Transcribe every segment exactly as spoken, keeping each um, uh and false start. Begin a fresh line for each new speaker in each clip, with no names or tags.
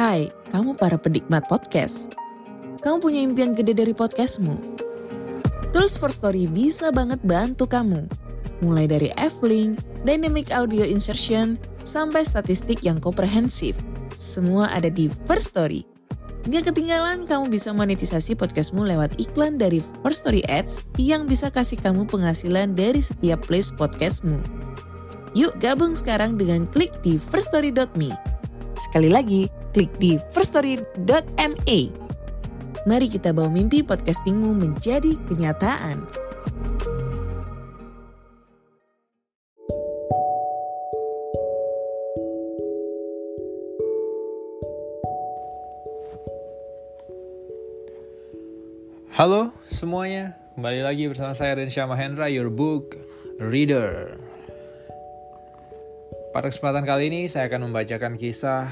Hai, kamu para penikmat podcast. Kamu punya impian gede dari podcastmu? Tools for Story bisa banget bantu kamu. Mulai dari F-Link, Dynamic Audio Insertion, sampai statistik yang komprehensif. Semua ada di First Story. Gak ketinggalan kamu bisa monetisasi podcastmu lewat iklan dari First Story Ads yang bisa kasih kamu penghasilan dari setiap place podcastmu. Yuk gabung sekarang dengan klik di first story dot me. Sekali lagi, klik di first story dot me. Mari kita bawa mimpi podcastingmu menjadi kenyataan.
Halo semuanya, kembali lagi bersama saya Rensha Mahendra, your book reader. Pada kesempatan kali ini saya akan membacakan kisah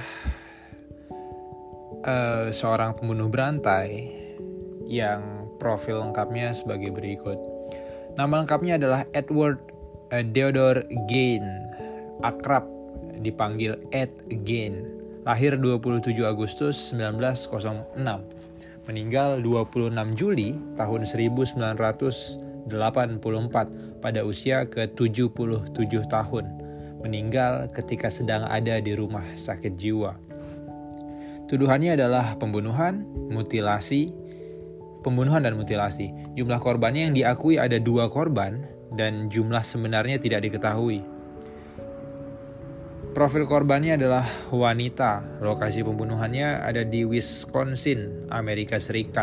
uh, seorang pembunuh berantai yang profil lengkapnya sebagai berikut. Nama lengkapnya adalah Edward uh, Theodore Gein, akrab dipanggil Ed Gein. Lahir dua puluh tujuh Agustus seribu sembilan ratus enam. Meninggal dua puluh enam Juli tahun seribu sembilan ratus delapan puluh empat pada usia ke tujuh puluh tujuh tahun. Meninggal ketika sedang ada di rumah sakit jiwa. Tuduhannya adalah pembunuhan, mutilasi, pembunuhan dan mutilasi. Jumlah korbannya yang diakui ada dua korban dan jumlah sebenarnya tidak diketahui. Profil korbannya adalah wanita. Lokasi pembunuhannya ada di Wisconsin, Amerika Serikat.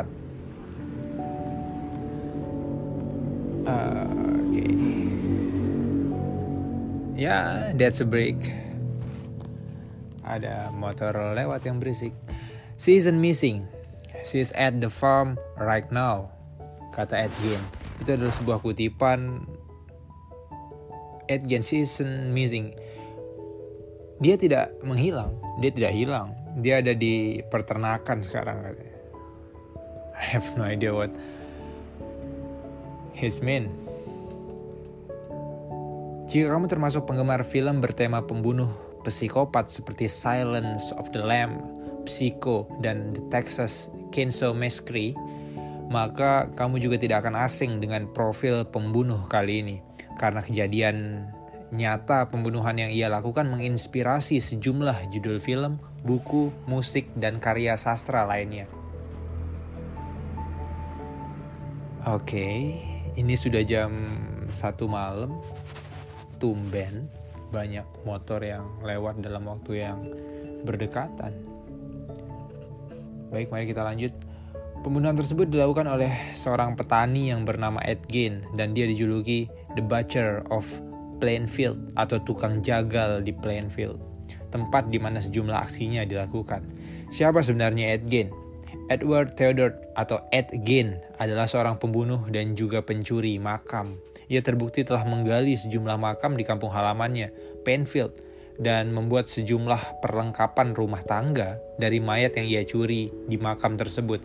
Uh, Oke. Okay. Ya, yeah, that's a break. Ada motor lewat yang berisik. She isn't missing. She's at the farm right now, kata Ed Gein. Itu adalah sebuah kutipan Ed Gein. She isn't missing. Dia tidak menghilang, dia tidak hilang. Dia ada di peternakan sekarang katanya. I have no idea what his mean. Jika kamu termasuk penggemar film bertema pembunuh psikopat seperti Silence of the Lamb, Psycho, dan The Texas Chainsaw Massacre, maka kamu juga tidak akan asing dengan profil pembunuh kali ini. Karena kejadian nyata pembunuhan yang ia lakukan menginspirasi sejumlah judul film, buku, musik, dan karya sastra lainnya. Oke, okay, ini sudah jam satu malam. Tumben banyak motor yang lewat dalam waktu yang berdekatan. Baik, mari kita lanjut. Pembunuhan tersebut dilakukan oleh seorang petani yang bernama Ed Gein dan dia dijuluki The Butcher of Plainfield atau tukang jagal di Plainfield, tempat di mana sejumlah aksinya dilakukan. Siapa sebenarnya Ed Gein? Edward Theodore atau Ed Gein adalah seorang pembunuh dan juga pencuri makam. Ia terbukti telah menggali sejumlah makam di kampung halamannya, Plainfield, dan membuat sejumlah perlengkapan rumah tangga dari mayat yang ia curi di makam tersebut.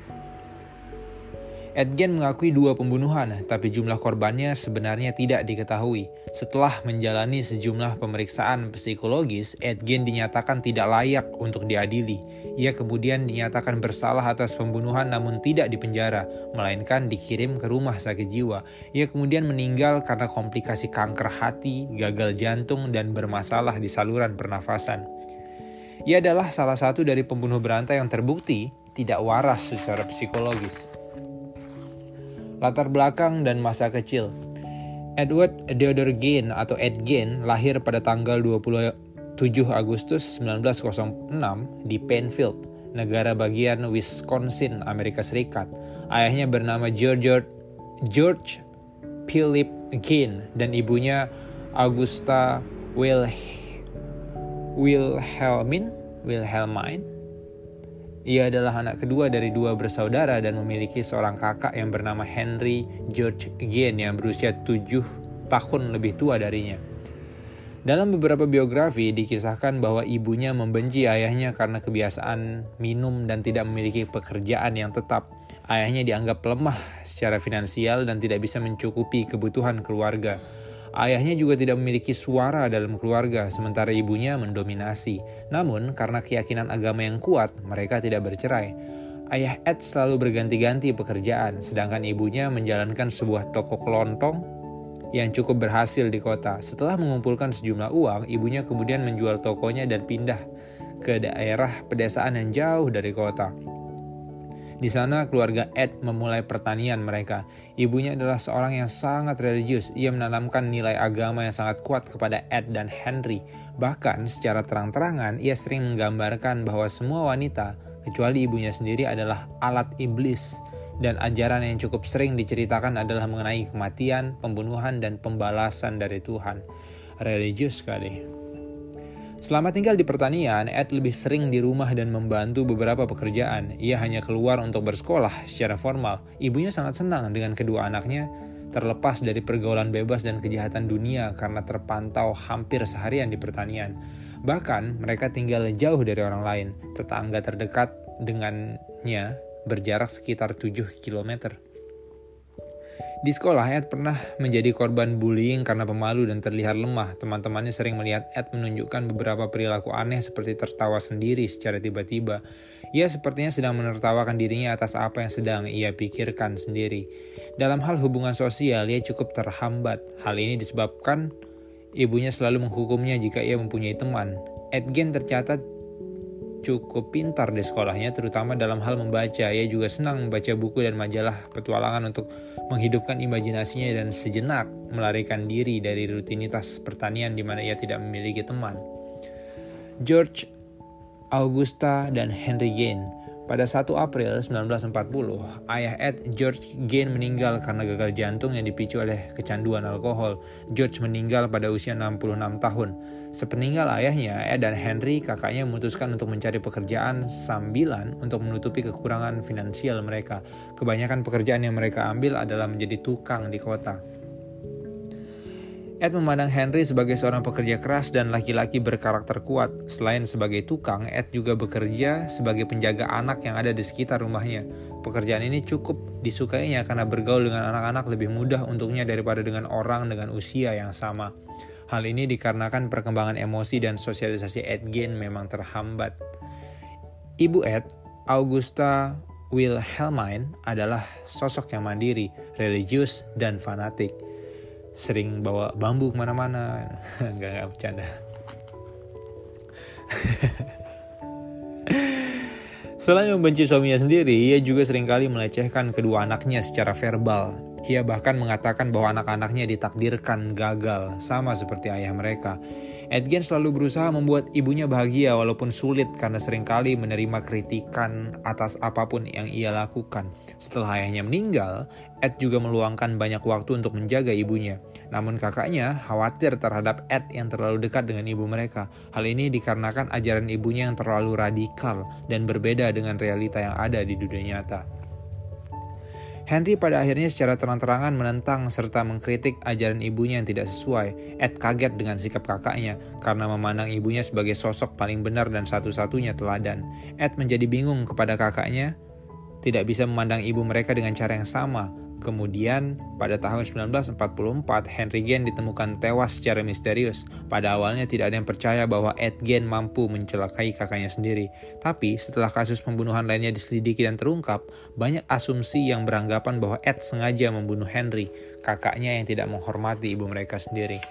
Ed Gein mengakui dua pembunuhan, tapi jumlah korbannya sebenarnya tidak diketahui. Setelah menjalani sejumlah pemeriksaan psikologis, Ed Gein dinyatakan tidak layak untuk diadili. Ia kemudian dinyatakan bersalah atas pembunuhan namun tidak dipenjara, melainkan dikirim ke rumah sakit jiwa. Ia kemudian meninggal karena komplikasi kanker hati, gagal jantung, dan bermasalah di saluran pernafasan. Ia adalah salah satu dari pembunuh berantai yang terbukti tidak waras secara psikologis. Latar belakang dan masa kecil. Edward Theodore Gein atau Ed Gein lahir pada tanggal dua puluh tujuh Agustus seribu sembilan ratus enam di Plainfield, negara bagian Wisconsin, Amerika Serikat. Ayahnya bernama George George Philip Gein dan ibunya Augusta Wil Wilhelmine Wilhelmine. Ia adalah anak kedua dari dua bersaudara dan memiliki seorang kakak yang bernama Henry George Gein yang berusia tujuh tahun lebih tua darinya. Dalam beberapa biografi dikisahkan bahwa ibunya membenci ayahnya karena kebiasaan minum dan tidak memiliki pekerjaan yang tetap. Ayahnya dianggap lemah secara finansial dan tidak bisa mencukupi kebutuhan keluarga. Ayahnya juga tidak memiliki suara dalam keluarga, sementara ibunya mendominasi. Namun, karena keyakinan agama yang kuat, mereka tidak bercerai. Ayah Ed selalu berganti-ganti pekerjaan, sedangkan ibunya menjalankan sebuah toko kelontong yang cukup berhasil di kota. Setelah mengumpulkan sejumlah uang, ibunya kemudian menjual tokonya dan pindah ke daerah pedesaan yang jauh dari kota. Di sana keluarga Ed memulai pertanian mereka. Ibunya adalah seorang yang sangat religius. Ia menanamkan nilai agama yang sangat kuat kepada Ed dan Henry. Bahkan secara terang-terangan ia sering menggambarkan bahwa semua wanita, kecuali ibunya sendiri, adalah alat iblis. Dan ajaran yang cukup sering diceritakan adalah mengenai kematian, pembunuhan, dan pembalasan dari Tuhan. Religius sekali. Selama tinggal di pertanian, Ed lebih sering di rumah dan membantu beberapa pekerjaan. Ia hanya keluar untuk bersekolah secara formal. Ibunya sangat senang dengan kedua anaknya, terlepas dari pergaulan bebas dan kejahatan dunia karena terpantau hampir seharian di pertanian. Bahkan mereka tinggal jauh dari orang lain. Tetangga terdekat dengannya berjarak sekitar tujuh kilometer. Di sekolah, Ed pernah menjadi korban bullying karena pemalu dan terlihat lemah. Teman-temannya sering melihat Ed menunjukkan beberapa perilaku aneh seperti tertawa sendiri secara tiba-tiba. Ia sepertinya sedang menertawakan dirinya atas apa yang sedang ia pikirkan sendiri. Dalam hal hubungan sosial, ia cukup terhambat. Hal ini disebabkan ibunya selalu menghukumnya jika ia mempunyai teman. Ed Gein tercatat cukup pintar di sekolahnya, terutama dalam hal membaca. Ia juga senang membaca buku dan majalah petualangan untuk menghidupkan imajinasinya dan sejenak melarikan diri dari rutinitas pertanian di mana ia tidak memiliki teman. George, Augusta, dan Henry Gein. Pada satu April sembilan belas empat puluh, ayah Ed, George Gein, meninggal karena gagal jantung yang dipicu oleh kecanduan alkohol. George meninggal pada usia enam puluh enam tahun. Sepeninggal ayahnya, Ed dan Henry, kakaknya, memutuskan untuk mencari pekerjaan sambilan untuk menutupi kekurangan finansial mereka. Kebanyakan pekerjaan yang mereka ambil adalah menjadi tukang di kota. Ed memandang Henry sebagai seorang pekerja keras dan laki-laki berkarakter kuat. Selain sebagai tukang, Ed juga bekerja sebagai penjaga anak yang ada di sekitar rumahnya. Pekerjaan ini cukup disukainya karena bergaul dengan anak-anak lebih mudah untuknya daripada dengan orang dengan usia yang sama. Hal ini dikarenakan perkembangan emosi dan sosialisasi Ed Gein memang terhambat. Ibu Ed, Augusta Wilhelmine, adalah sosok yang mandiri, religius, dan fanatik. Sering bawa bambu kemana-mana. Enggak, enggak bercanda. Selain membenci suaminya sendiri, ia juga seringkali melecehkan kedua anaknya secara verbal. Ia bahkan mengatakan bahwa anak-anaknya ditakdirkan gagal, sama seperti ayah mereka. Ed Gein selalu berusaha membuat ibunya bahagia walaupun sulit karena seringkali menerima kritikan atas apapun yang ia lakukan. Setelah ayahnya meninggal, Ed juga meluangkan banyak waktu untuk menjaga ibunya. Namun kakaknya khawatir terhadap Ed yang terlalu dekat dengan ibu mereka. Hal ini dikarenakan ajaran ibunya yang terlalu radikal dan berbeda dengan realita yang ada di dunia nyata. Henry pada akhirnya secara terang-terangan menentang serta mengkritik ajaran ibunya yang tidak sesuai. Ed kaget dengan sikap kakaknya karena memandang ibunya sebagai sosok paling benar dan satu-satunya teladan. Ed menjadi bingung kepada kakaknya, tidak bisa memandang ibu mereka dengan cara yang sama. Kemudian, pada tahun sembilan belas empat puluh empat, Henry Gein ditemukan tewas secara misterius. Pada awalnya tidak ada yang percaya bahwa Ed Gein mampu mencelakai kakaknya sendiri. Tapi setelah kasus pembunuhan lainnya diselidiki dan terungkap, banyak asumsi yang beranggapan bahwa Ed sengaja membunuh Henry, kakaknya yang tidak menghormati ibu mereka sendiri.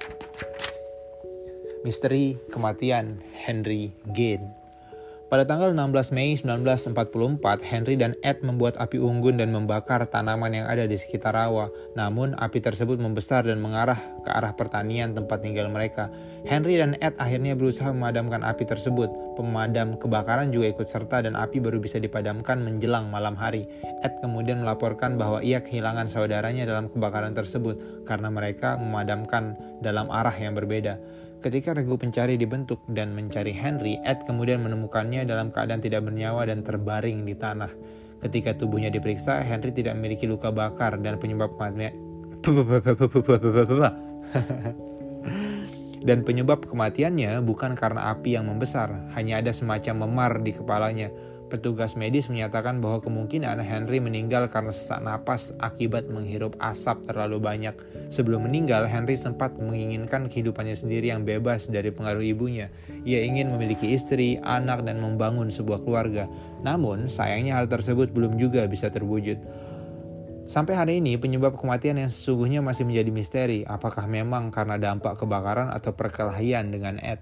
Misteri kematian Henry Gein. Pada tanggal enam belas Mei sembilan belas empat puluh empat, Henry dan Ed membuat api unggun dan membakar tanaman yang ada di sekitar rawa. Namun, api tersebut membesar dan mengarah ke arah pertanian tempat tinggal mereka. Henry dan Ed akhirnya berusaha memadamkan api tersebut. Pemadam kebakaran juga ikut serta dan api baru bisa dipadamkan menjelang malam hari. Ed kemudian melaporkan bahwa ia kehilangan saudaranya dalam kebakaran tersebut karena mereka memadamkan dalam arah yang berbeda. Ketika regu pencari dibentuk dan mencari Henry, Ed kemudian menemukannya dalam keadaan tidak bernyawa dan terbaring di tanah. Ketika tubuhnya diperiksa, Henry tidak memiliki luka bakar dan penyebab kematian dan penyebab kematiannya bukan karena api yang membesar, hanya ada semacam memar di kepalanya. Petugas medis menyatakan bahwa kemungkinan Henry meninggal karena sesak napas akibat menghirup asap terlalu banyak. Sebelum meninggal, Henry sempat menginginkan kehidupannya sendiri yang bebas dari pengaruh ibunya. Ia ingin memiliki istri, anak, dan membangun sebuah keluarga. Namun, sayangnya hal tersebut belum juga bisa terwujud. Sampai hari ini, penyebab kematian yang sesungguhnya masih menjadi misteri. Apakah memang karena dampak kebakaran atau perkelahian dengan Ed?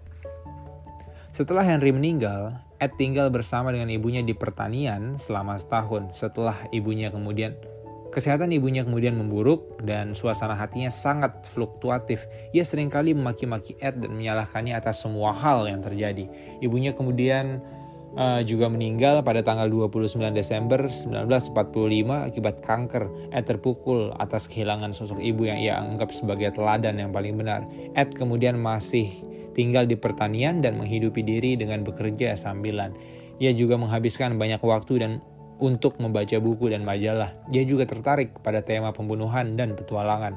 Setelah Henry meninggal, Ed tinggal bersama dengan ibunya di pertanian selama setahun. Setelah ibunya kemudian, kesehatan ibunya kemudian memburuk dan suasana hatinya sangat fluktuatif. Ia seringkali memaki-maki Ed dan menyalahkannya atas semua hal yang terjadi. Ibunya kemudian uh, juga meninggal pada tanggal dua puluh sembilan Desember seribu sembilan ratus empat puluh lima akibat kanker. Ed terpukul atas kehilangan sosok ibu yang ia anggap sebagai teladan yang paling benar. Ed kemudian masih tinggal di pertanian dan menghidupi diri dengan bekerja sambilan. Ia juga menghabiskan banyak waktu dan untuk membaca buku dan majalah. Dia juga tertarik pada tema pembunuhan dan petualangan.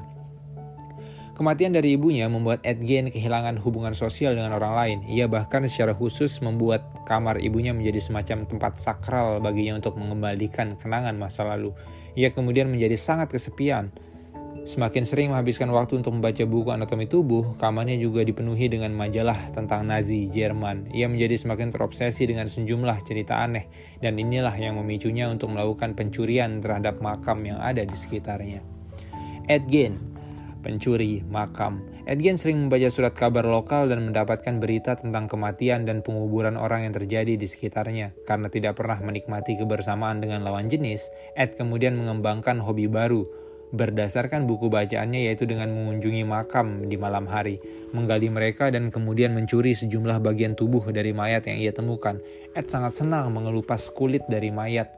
Kematian dari ibunya membuat Ed Gein kehilangan hubungan sosial dengan orang lain. Ia bahkan secara khusus membuat kamar ibunya menjadi semacam tempat sakral baginya untuk mengembalikan kenangan masa lalu. Ia kemudian menjadi sangat kesepian. Semakin sering menghabiskan waktu untuk membaca buku anatomi tubuh, kamarnya juga dipenuhi dengan majalah tentang Nazi Jerman. Ia menjadi semakin terobsesi dengan sejumlah cerita aneh, dan inilah yang memicunya untuk melakukan pencurian terhadap makam yang ada di sekitarnya. Ed Gein, pencuri makam. Ed Gein sering membaca surat kabar lokal dan mendapatkan berita tentang kematian dan penguburan orang yang terjadi di sekitarnya. Karena tidak pernah menikmati kebersamaan dengan lawan jenis, Ed kemudian mengembangkan hobi baru, berdasarkan buku bacaannya, yaitu dengan mengunjungi makam di malam hari, menggali mereka dan kemudian mencuri sejumlah bagian tubuh dari mayat yang ia temukan. Ed sangat senang mengelupas kulit dari mayat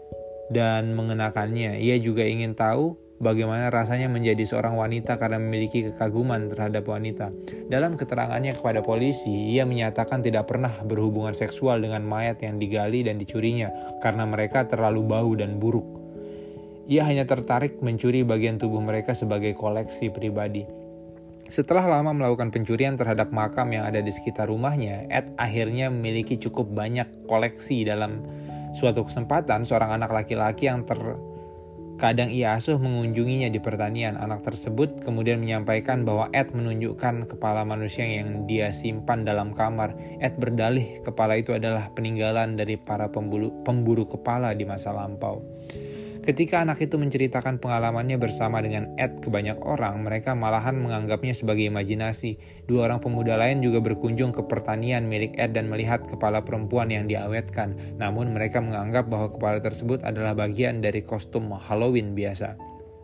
dan mengenakannya. Ia juga ingin tahu bagaimana rasanya menjadi seorang wanita karena memiliki kekaguman terhadap wanita. Dalam keterangannya kepada polisi, ia menyatakan tidak pernah berhubungan seksual dengan mayat yang digali dan dicurinya karena mereka terlalu bau dan buruk. Ia hanya tertarik mencuri bagian tubuh mereka sebagai koleksi pribadi. Setelah lama melakukan pencurian terhadap makam yang ada di sekitar rumahnya, Ed akhirnya memiliki cukup banyak koleksi. Dalam suatu kesempatan, seorang anak laki-laki yang terkadang ia asuh mengunjunginya di pertanian. Anak tersebut kemudian menyampaikan bahwa Ed menunjukkan kepala manusia yang dia simpan dalam kamar. Ed berdalih kepala itu adalah peninggalan dari para pemburu, pemburu kepala di masa lampau. Ketika anak itu menceritakan pengalamannya bersama dengan Ed ke banyak orang, mereka malahan menganggapnya sebagai imajinasi. Dua orang pemuda lain juga berkunjung ke pertanian milik Ed dan melihat kepala perempuan yang diawetkan. Namun mereka menganggap bahwa kepala tersebut adalah bagian dari kostum Halloween biasa.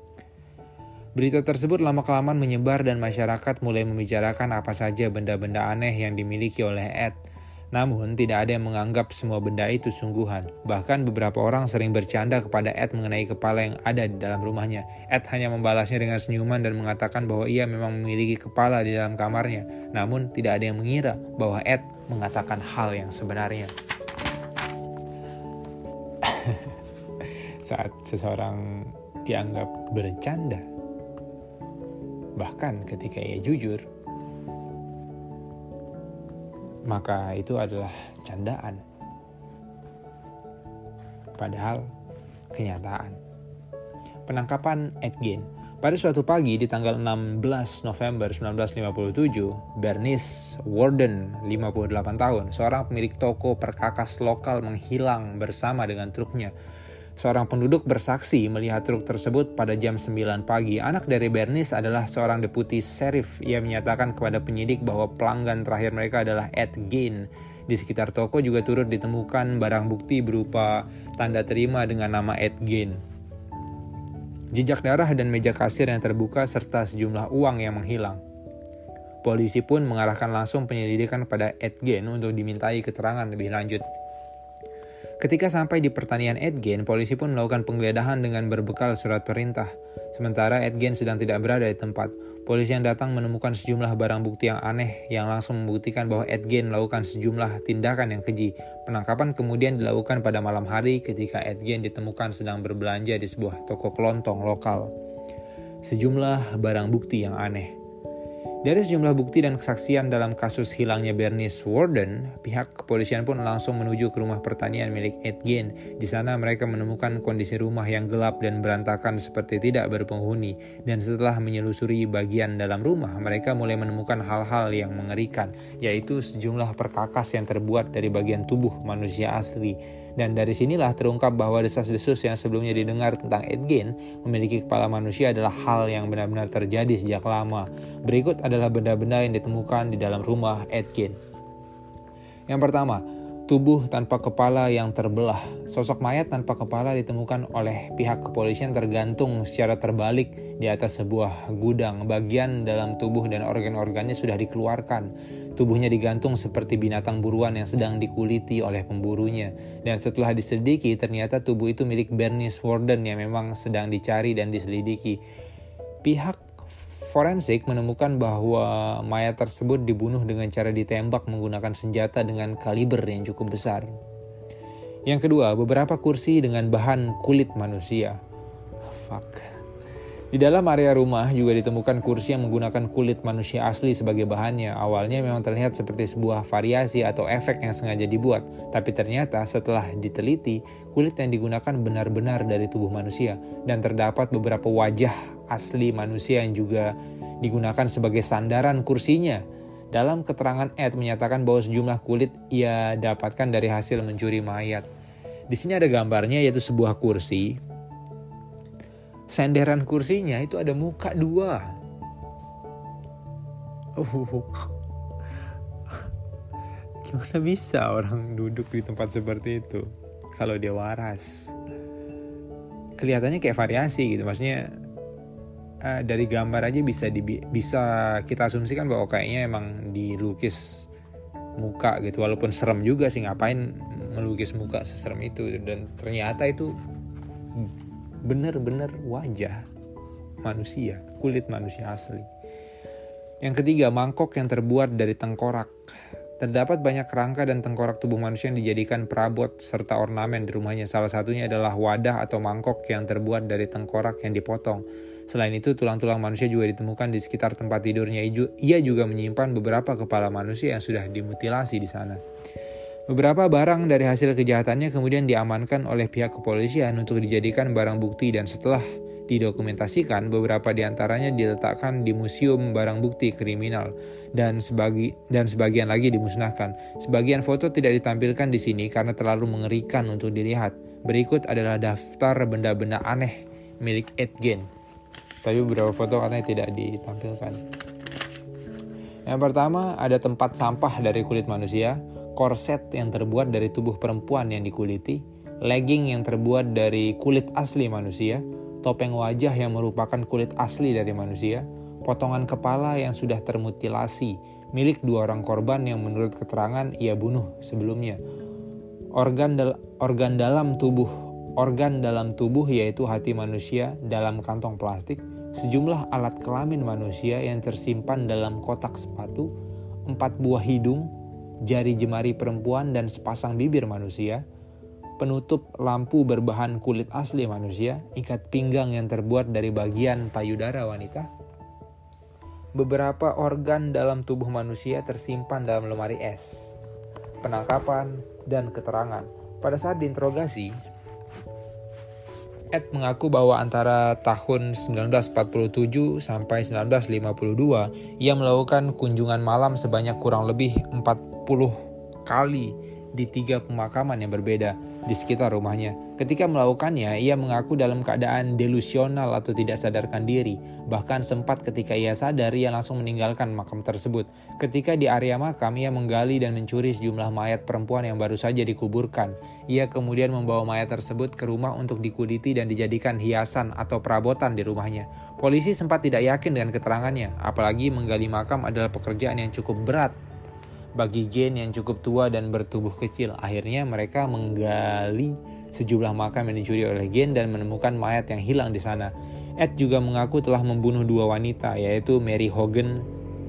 Berita tersebut lama-kelamaan menyebar dan masyarakat mulai membicarakan apa saja benda-benda aneh yang dimiliki oleh Ed. Namun, tidak ada yang menganggap semua benda itu sungguhan. Bahkan beberapa orang sering bercanda kepada Ed mengenai kepala yang ada di dalam rumahnya. Ed hanya membalasnya dengan senyuman dan mengatakan bahwa ia memang memiliki kepala di dalam kamarnya. Namun, tidak ada yang mengira bahwa Ed mengatakan hal yang sebenarnya. Saat seseorang dianggap bercanda, bahkan ketika ia jujur, maka itu adalah candaan. Padahal kenyataan. Penangkapan Ed Gein. Pada suatu pagi di tanggal enam belas November seribu sembilan ratus lima puluh tujuh, Bernice Worden, lima puluh delapan tahun, seorang pemilik toko perkakas lokal menghilang bersama dengan truknya. Seorang penduduk bersaksi melihat truk tersebut pada jam sembilan pagi. Anak dari Bernice adalah seorang deputi serif. Ia menyatakan kepada penyidik bahwa pelanggan terakhir mereka adalah Ed Gein. Di sekitar toko juga turut ditemukan barang bukti berupa tanda terima dengan nama Ed Gein, jejak darah dan meja kasir yang terbuka serta sejumlah uang yang menghilang. Polisi pun mengarahkan langsung penyelidikan pada Ed Gein untuk dimintai keterangan lebih lanjut. Ketika sampai di pertanian Ed Gein, polisi pun melakukan penggeledahan dengan berbekal surat perintah. Sementara Ed Gein sedang tidak berada di tempat, polisi yang datang menemukan sejumlah barang bukti yang aneh yang langsung membuktikan bahwa Ed Gein melakukan sejumlah tindakan yang keji. Penangkapan kemudian dilakukan pada malam hari ketika Ed Gein ditemukan sedang berbelanja di sebuah toko kelontong lokal. Sejumlah barang bukti yang aneh. Dari sejumlah bukti dan kesaksian dalam kasus hilangnya Bernice Worden, pihak kepolisian pun langsung menuju ke rumah pertanian milik Ed Gein. Di sana mereka menemukan kondisi rumah yang gelap dan berantakan seperti tidak berpenghuni. Dan setelah menyelusuri bagian dalam rumah, mereka mulai menemukan hal-hal yang mengerikan, yaitu sejumlah perkakas yang terbuat dari bagian tubuh manusia asli. Dan dari sinilah terungkap bahwa desas-desus yang sebelumnya didengar tentang Ed Gein memiliki kepala manusia adalah hal yang benar-benar terjadi sejak lama. Berikut adalah benda-benda yang ditemukan di dalam rumah Ed Gein. Yang pertama, tubuh tanpa kepala yang terbelah. Sosok mayat tanpa kepala ditemukan oleh pihak kepolisian tergantung secara terbalik di atas sebuah gudang. Bagian dalam tubuh dan organ-organnya sudah dikeluarkan. Tubuhnya digantung seperti binatang buruan yang sedang dikuliti oleh pemburunya. Dan setelah diselidiki, ternyata tubuh itu milik Bernice Worden yang memang sedang dicari dan diselidiki. Pihak forensik menemukan bahwa mayat tersebut dibunuh dengan cara ditembak menggunakan senjata dengan kaliber yang cukup besar. Yang kedua, beberapa kursi dengan bahan kulit manusia. Fuck. Di dalam area rumah juga ditemukan kursi yang menggunakan kulit manusia asli sebagai bahannya. Awalnya memang terlihat seperti sebuah variasi atau efek yang sengaja dibuat. Tapi ternyata setelah diteliti, kulit yang digunakan benar-benar dari tubuh manusia. Dan terdapat beberapa wajah asli manusia yang juga digunakan sebagai sandaran kursinya. Dalam keterangan Ed menyatakan bahwa sejumlah kulit ia dapatkan dari hasil mencuri mayat. Di sini ada gambarnya, yaitu sebuah kursi. Sandaran kursinya itu ada muka dua. Uh. Gimana bisa orang duduk di tempat seperti itu kalau dia waras? Kelihatannya kayak variasi gitu, maksudnya uh, dari gambar aja bisa di, bisa kita asumsikan bahwa kayaknya emang dilukis muka gitu, walaupun serem juga sih, ngapain melukis muka seserem itu. Dan ternyata itu benar-benar wajah manusia, kulit manusia asli. Yang ketiga, mangkok yang terbuat dari tengkorak. Terdapat banyak kerangka dan tengkorak tubuh manusia yang dijadikan perabot serta ornamen di rumahnya. Salah satunya adalah wadah atau mangkok yang terbuat dari tengkorak yang dipotong. Selain itu, tulang-tulang manusia juga ditemukan di sekitar tempat tidurnya. Ia juga menyimpan beberapa kepala manusia yang sudah dimutilasi di sana. Beberapa barang dari hasil kejahatannya kemudian diamankan oleh pihak kepolisian untuk dijadikan barang bukti, dan setelah didokumentasikan, beberapa diantaranya diletakkan di Museum Barang Bukti Kriminal dan sebagi dan sebagian lagi dimusnahkan. Sebagian foto tidak ditampilkan di sini karena terlalu mengerikan untuk dilihat. Berikut adalah daftar benda-benda aneh milik Ed Gein. Tapi beberapa foto katanya tidak ditampilkan. Yang pertama, ada tempat sampah dari kulit manusia, korset yang terbuat dari tubuh perempuan yang dikuliti, legging yang terbuat dari kulit asli manusia, topeng wajah yang merupakan kulit asli dari manusia, potongan kepala yang sudah termutilasi milik dua orang korban yang menurut keterangan ia bunuh sebelumnya, organ dal- organ dalam tubuh organ dalam tubuh yaitu hati manusia dalam kantong plastik, sejumlah alat kelamin manusia yang tersimpan dalam kotak sepatu, empat buah hidung, jari jemari perempuan dan sepasang bibir manusia, penutup lampu berbahan kulit asli manusia, ikat pinggang yang terbuat dari bagian payudara wanita. Beberapa organ dalam tubuh manusia tersimpan dalam lemari es. Penangkapan dan keterangan. Pada saat diinterogasi, Ed mengaku bahwa antara tahun sembilan belas empat puluh tujuh sampai sembilan belas lima puluh dua ia melakukan kunjungan malam sebanyak kurang lebih empat puluh kali di tiga pemakaman yang berbeda di sekitar rumahnya. Ketika melakukannya, ia mengaku dalam keadaan delusional atau tidak sadarkan diri. Bahkan sempat ketika ia sadar, ia langsung meninggalkan makam tersebut. Ketika di area makam, ia menggali dan mencuri sejumlah mayat perempuan yang baru saja dikuburkan. Ia kemudian membawa mayat tersebut ke rumah untuk dikuliti dan dijadikan hiasan atau perabotan di rumahnya. Polisi sempat tidak yakin dengan keterangannya, apalagi menggali makam adalah pekerjaan yang cukup berat bagi Gein yang cukup tua dan bertubuh kecil. Akhirnya mereka menggali sejumlah makam yang dicuri oleh Gein dan menemukan mayat yang hilang di sana. Ed juga mengaku telah membunuh dua wanita, yaitu Mary Hogan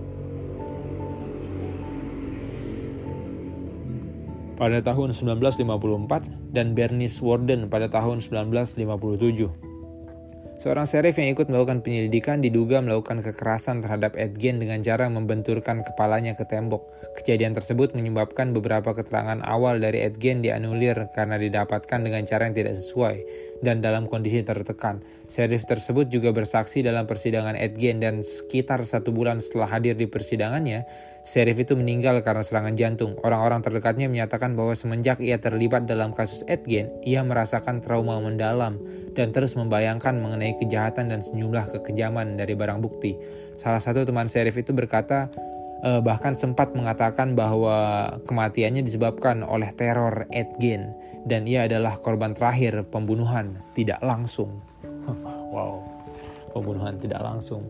pada tahun sembilan belas lima puluh empat dan Bernice Worden pada tahun sembilan belas lima puluh tujuh. Seorang sheriff yang ikut melakukan penyelidikan diduga melakukan kekerasan terhadap Ed Gein dengan cara membenturkan kepalanya ke tembok. Kejadian tersebut menyebabkan beberapa keterangan awal dari Ed Gein dianulir karena didapatkan dengan cara yang tidak sesuai dan dalam kondisi tertekan. Sheriff tersebut juga bersaksi dalam persidangan Ed Gein dan sekitar satu bulan setelah hadir di persidangannya, sheriff itu meninggal karena serangan jantung. Orang-orang terdekatnya menyatakan bahwa semenjak ia terlibat dalam kasus Ed Gein, ia merasakan trauma mendalam dan terus membayangkan mengenai kejahatan dan sejumlah kekejaman dari barang bukti. Salah satu teman sheriff itu berkata, eh, bahkan sempat mengatakan bahwa kematiannya disebabkan oleh teror Ed Gein dan ia adalah korban terakhir pembunuhan tidak langsung. Wow, pembunuhan tidak langsung.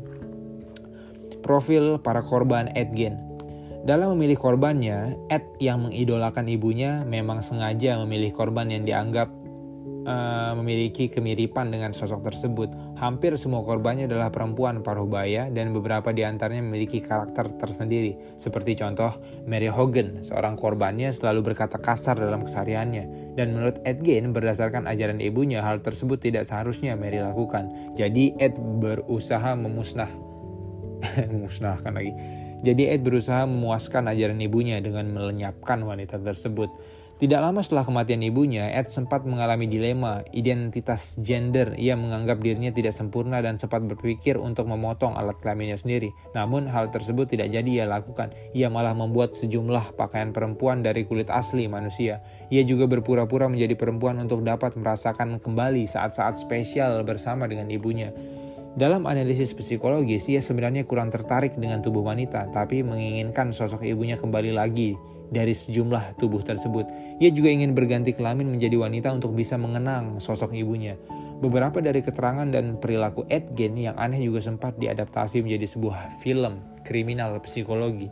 Profil para korban Ed Gein. Dalam memilih korbannya, Ed yang mengidolakan ibunya memang sengaja memilih korban yang dianggap uh, memiliki kemiripan dengan sosok tersebut. Hampir semua korbannya adalah perempuan paruh baya dan beberapa di antaranya memiliki karakter tersendiri. Seperti contoh, Mary Hogan, seorang korbannya selalu berkata kasar dalam kesehariannya. Dan menurut Ed Gein, berdasarkan ajaran ibunya, hal tersebut tidak seharusnya Mary lakukan. Jadi Ed berusaha memusnah, memusnahkan lagi. Jadi Ed berusaha memuaskan ajaran ibunya dengan melenyapkan wanita tersebut. Tidak lama setelah kematian ibunya, Ed sempat mengalami dilema identitas gender. Ia menganggap dirinya tidak sempurna dan sempat berpikir untuk memotong alat kelaminnya sendiri. Namun hal tersebut tidak jadi ia lakukan. Ia malah membuat sejumlah pakaian perempuan dari kulit asli manusia. Ia juga berpura-pura menjadi perempuan untuk dapat merasakan kembali saat-saat spesial bersama dengan ibunya. Dalam analisis psikologis, ia sebenarnya kurang tertarik dengan tubuh wanita, tapi menginginkan sosok ibunya kembali lagi dari sejumlah tubuh tersebut. Ia juga ingin berganti kelamin menjadi wanita untuk bisa mengenang sosok ibunya. Beberapa dari keterangan dan perilaku Ed Gein yang aneh juga sempat diadaptasi menjadi sebuah film kriminal psikologi.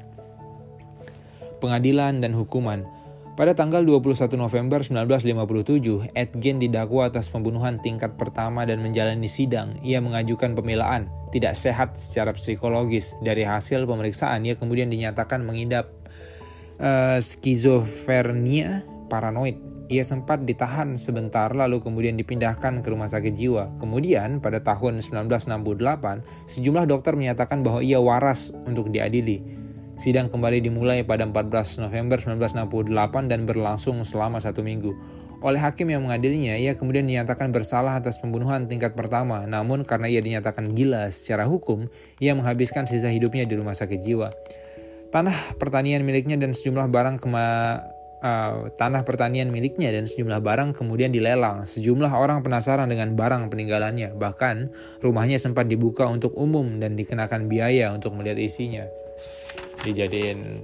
Pengadilan dan hukuman. Pada tanggal dua puluh satu November seribu sembilan ratus lima puluh tujuh, Ed Gein didakwa atas pembunuhan tingkat pertama dan menjalani sidang. Ia mengajukan pembelaan tidak sehat secara psikologis. Dari hasil pemeriksaan, ia kemudian dinyatakan mengidap uh, skizofrenia paranoid. Ia sempat ditahan sebentar lalu kemudian dipindahkan ke rumah sakit jiwa. Kemudian pada tahun seribu sembilan ratus enam puluh delapan, sejumlah dokter menyatakan bahwa ia waras untuk diadili. Sidang kembali dimulai pada empat belas November seribu sembilan ratus enam puluh delapan dan berlangsung selama satu minggu. Oleh hakim yang mengadilinya, ia kemudian dinyatakan bersalah atas pembunuhan tingkat pertama. Namun karena ia dinyatakan gila secara hukum, ia menghabiskan sisa hidupnya di rumah sakit jiwa. Tanah pertanian miliknya dan sejumlah barang kema uh, tanah pertanian miliknya dan sejumlah barang kemudian dilelang. Sejumlah orang penasaran dengan barang peninggalannya. Bahkan rumahnya sempat dibuka untuk umum dan dikenakan biaya untuk melihat isinya. Dijadiin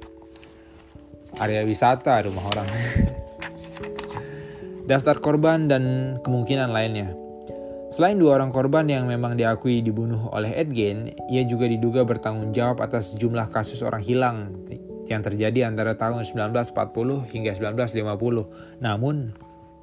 area wisata rumah orang. Daftar korban dan kemungkinan lainnya. Selain dua orang korban yang memang diakui dibunuh oleh Ed Gein, ia juga diduga bertanggung jawab atas sejumlah kasus orang hilang yang terjadi antara tahun seribu sembilan ratus empat puluh hingga seribu sembilan ratus lima puluh. Namun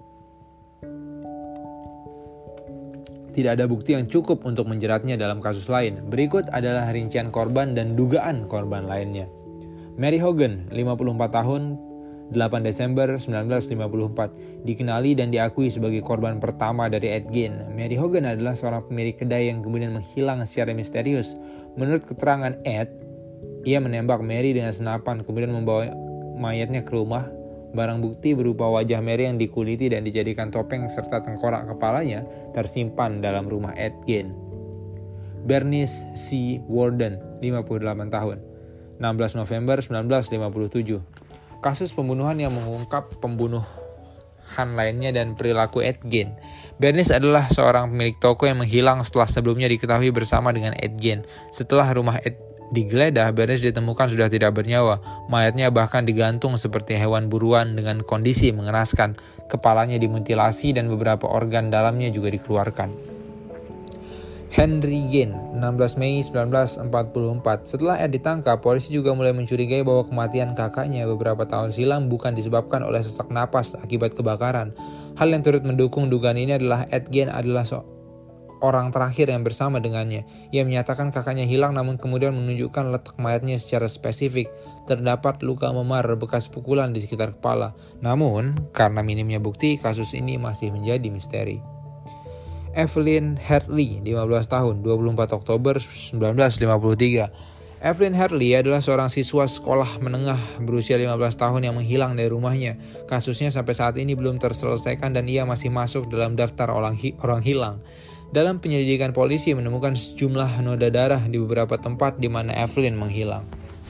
tidak ada bukti yang cukup untuk menjeratnya dalam kasus lain. Berikut adalah rincian korban dan dugaan korban lainnya. Mary Hogan, lima puluh empat tahun, delapan Desember seribu sembilan ratus lima puluh empat, dikenali dan diakui sebagai korban pertama dari Ed Gein. Mary Hogan adalah seorang pemilik kedai yang kemudian menghilang secara misterius. Menurut keterangan Ed, ia menembak Mary dengan senapan, kemudian membawa mayatnya ke rumah. Barang bukti berupa wajah Mary yang dikuliti dan dijadikan topeng serta tengkorak kepalanya tersimpan dalam rumah Ed Gein. Bernice C. Warden, lima puluh delapan tahun, enam belas November seribu sembilan ratus lima puluh tujuh. Kasus pembunuhan yang mengungkap pembunuhan lainnya dan perilaku Ed Gein. Bernice adalah seorang pemilik toko yang menghilang setelah sebelumnya diketahui bersama dengan Ed Gein. Setelah rumah Ed digeledah, Bernice ditemukan sudah tidak bernyawa. Mayatnya bahkan digantung seperti hewan buruan dengan kondisi mengenaskan. Kepalanya dimutilasi dan beberapa organ dalamnya juga dikeluarkan. Henry Gein, enam belas Mei seribu sembilan ratus empat puluh empat. Setelah Ed ditangkap, polisi juga mulai mencurigai bahwa kematian kakaknya beberapa tahun silam bukan disebabkan oleh sesak napas akibat kebakaran. Hal yang turut mendukung dugaan ini adalah Ed Gein adalah so- orang terakhir yang bersama dengannya. Ia menyatakan kakaknya hilang namun kemudian menunjukkan letak mayatnya secara spesifik. Terdapat luka memar bekas pukulan di sekitar kepala. Namun, karena minimnya bukti, kasus ini masih menjadi misteri. Evelyn Hartley, lima belas tahun, dua puluh empat Oktober seribu sembilan ratus lima puluh tiga. Evelyn Hartley adalah seorang siswa sekolah menengah berusia lima belas tahun yang menghilang dari rumahnya. Kasusnya sampai saat ini belum terselesaikan dan ia masih masuk dalam daftar orang, hi- orang hilang. Dalam penyelidikan polisi menemukan sejumlah noda darah di beberapa tempat di mana Evelyn menghilang.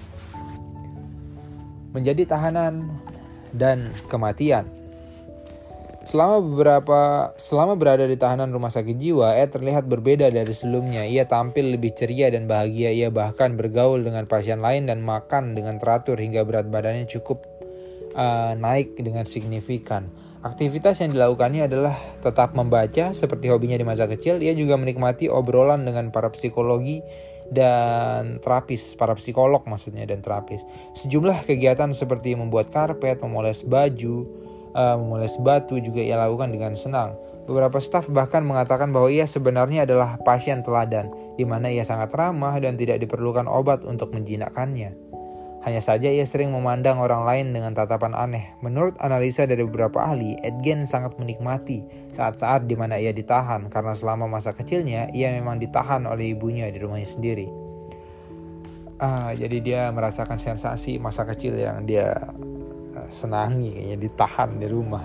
Menjadi tahanan dan kematian. Selama beberapa selama berada di tahanan rumah sakit jiwa, Ed terlihat berbeda dari sebelumnya. Ia tampil lebih ceria dan bahagia. Ia bahkan bergaul dengan pasien lain dan makan dengan teratur hingga berat badannya cukup uh, naik dengan signifikan. Aktivitas yang dilakukannya adalah tetap membaca seperti hobinya di masa kecil. Ia juga menikmati obrolan dengan para psikologi dan terapis, para psikolog maksudnya dan terapis. Sejumlah kegiatan seperti membuat karpet, memoles baju, Uh, memoles batu juga ia lakukan dengan senang. Beberapa staf bahkan mengatakan bahwa ia sebenarnya adalah pasien teladan, di mana ia sangat ramah dan tidak diperlukan obat untuk menjinakkannya. Hanya saja ia sering memandang orang lain dengan tatapan aneh. Menurut analisa dari beberapa ahli, Ed Gein sangat menikmati saat-saat di mana ia ditahan, karena selama masa kecilnya ia memang ditahan oleh ibunya di rumahnya sendiri. Uh, jadi dia merasakan sensasi masa kecil yang dia senangi, kayaknya ditahan di rumah.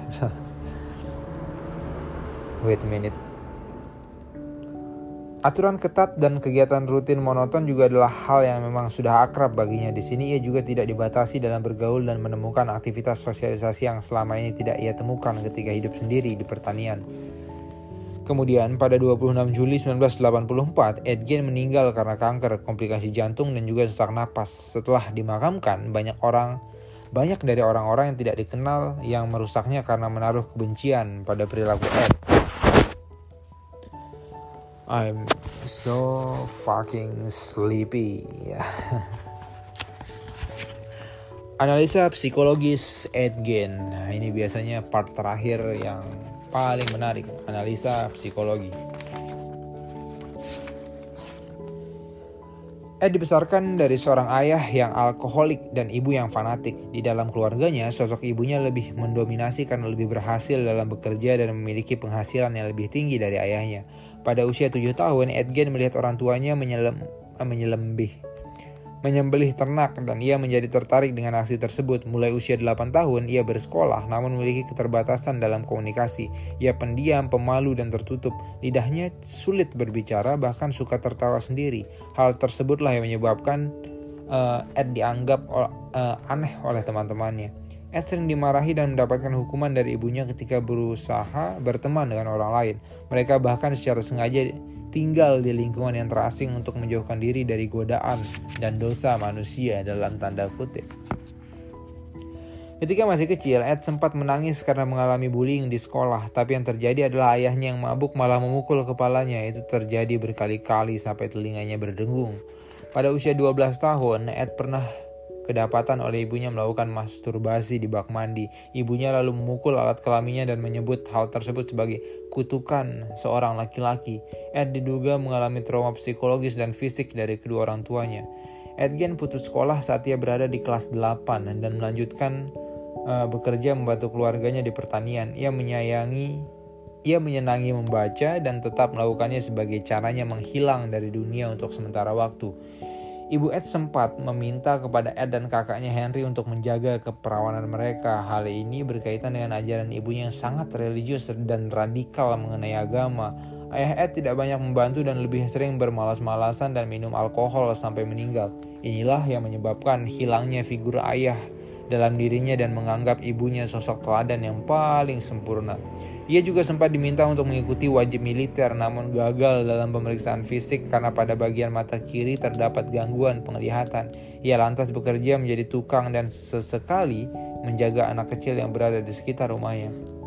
Wait a minute. Aturan ketat dan kegiatan rutin monoton juga adalah hal yang memang sudah akrab baginya. Di sini ia juga tidak dibatasi dalam bergaul dan menemukan aktivitas sosialisasi yang selama ini tidak ia temukan ketika hidup sendiri di pertanian. Kemudian pada dua puluh enam Juli seribu sembilan ratus delapan puluh empat, Ed Gein meninggal karena kanker, komplikasi jantung dan juga sesak napas. Setelah dimakamkan, banyak orang Banyak dari orang-orang yang tidak dikenal yang merusaknya karena menaruh kebencian pada perilaku Ed. I'm so fucking sleepy. Analisa psikologis Ed Gein. Nah, ini biasanya part terakhir yang paling menarik. Analisa psikologi. Ed dibesarkan dari seorang ayah yang alkoholik dan ibu yang fanatik. Di dalam keluarganya, sosok ibunya lebih mendominasi karena lebih berhasil dalam bekerja dan memiliki penghasilan yang lebih tinggi dari ayahnya. Pada usia tujuh tahun, Ed Gein melihat orang tuanya menyelem, menyelembih, menyembelih ternak dan ia menjadi tertarik dengan aksi tersebut. Mulai usia delapan tahun, ia bersekolah namun memiliki keterbatasan dalam komunikasi. Ia pendiam, pemalu dan tertutup. Lidahnya sulit berbicara, bahkan suka tertawa sendiri. Hal tersebutlah yang menyebabkan uh, Ed dianggap uh, aneh oleh teman-temannya. Ed sering dimarahi dan mendapatkan hukuman dari ibunya ketika berusaha berteman dengan orang lain. Mereka bahkan secara sengaja tinggal di lingkungan yang terasing untuk menjauhkan diri dari godaan dan dosa manusia dalam tanda kutip. Ketika masih kecil, Ed sempat menangis karena mengalami bullying di sekolah. Tapi yang terjadi adalah ayahnya yang mabuk malah memukul kepalanya. Itu terjadi berkali-kali sampai telinganya berdengung. Pada usia dua belas tahun, Ed pernah kedapatan oleh ibunya melakukan masturbasi di bak mandi. Ibunya lalu memukul alat kelaminnya dan menyebut hal tersebut sebagai kutukan seorang laki-laki. Ed diduga mengalami trauma psikologis dan fisik dari kedua orang tuanya. Ed Gein putus sekolah saat ia berada di kelas delapan dan melanjutkan uh, bekerja membantu keluarganya di pertanian. Ia menyayangi Ia menyenangi membaca dan tetap melakukannya sebagai caranya menghilang dari dunia untuk sementara waktu. Ibu Ed sempat meminta kepada Ed dan kakaknya Henry untuk menjaga keperawanan mereka. Hal ini berkaitan dengan ajaran ibunya yang sangat religius dan radikal mengenai agama. Ayah Ed tidak banyak membantu dan lebih sering bermalas-malasan dan minum alkohol sampai meninggal. Inilah yang menyebabkan hilangnya figur ayah dalam dirinya dan menganggap ibunya sosok teladan yang paling sempurna. Ia juga sempat diminta untuk mengikuti wajib militer namun gagal dalam pemeriksaan fisik karena pada bagian mata kiri terdapat gangguan penglihatan. Ia lantas bekerja menjadi tukang dan sesekali menjaga anak kecil yang berada di sekitar rumahnya.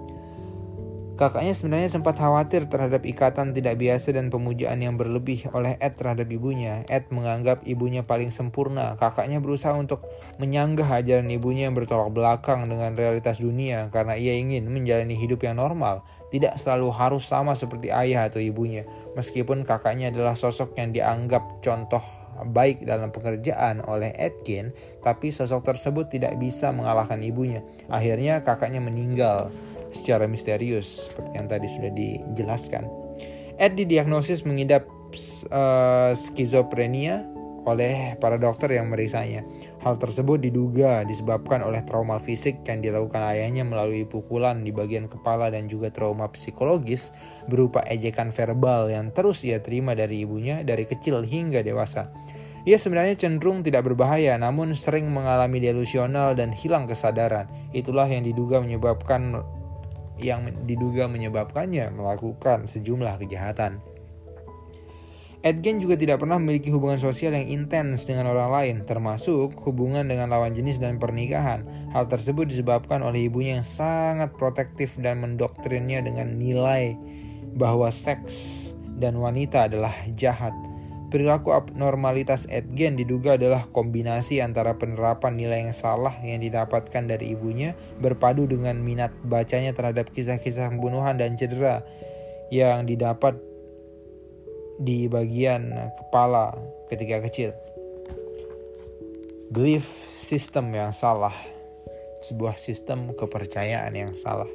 Kakaknya sebenarnya sempat khawatir terhadap ikatan tidak biasa dan pemujaan yang berlebih oleh Ed terhadap ibunya. Ed menganggap ibunya paling sempurna. Kakaknya berusaha untuk menyanggah ajaran ibunya yang bertolak belakang dengan realitas dunia karena ia ingin menjalani hidup yang normal. Tidak selalu harus sama seperti ayah atau ibunya. Meskipun kakaknya adalah sosok yang dianggap contoh baik dalam pekerjaan oleh Ed Gein, tapi sosok tersebut tidak bisa mengalahkan ibunya. Akhirnya kakaknya meninggal secara misterius seperti yang tadi sudah dijelaskan. Ed didiagnosis mengidap uh, skizofrenia oleh para dokter yang meriksanya. Hal tersebut diduga disebabkan oleh trauma fisik yang dilakukan ayahnya melalui pukulan di bagian kepala dan juga trauma psikologis berupa ejekan verbal yang terus ia terima dari ibunya dari kecil hingga dewasa. Ia sebenarnya cenderung tidak berbahaya, namun sering mengalami delusional dan hilang kesadaran. Itulah yang diduga menyebabkan yang diduga menyebabkannya melakukan sejumlah kejahatan. Ed Gein juga tidak pernah memiliki hubungan sosial yang intens dengan orang lain, termasuk hubungan dengan lawan jenis dan pernikahan. Hal tersebut disebabkan oleh ibunya yang sangat protektif dan mendoktrinnya dengan nilai bahwa seks dan wanita adalah jahat. Perilaku abnormalitas Ed Gein diduga adalah kombinasi antara penerapan nilai yang salah yang didapatkan dari ibunya berpadu dengan minat bacanya terhadap kisah-kisah pembunuhan dan cedera yang didapat di bagian kepala ketika kecil. Belief system yang salah, sebuah sistem kepercayaan yang salah.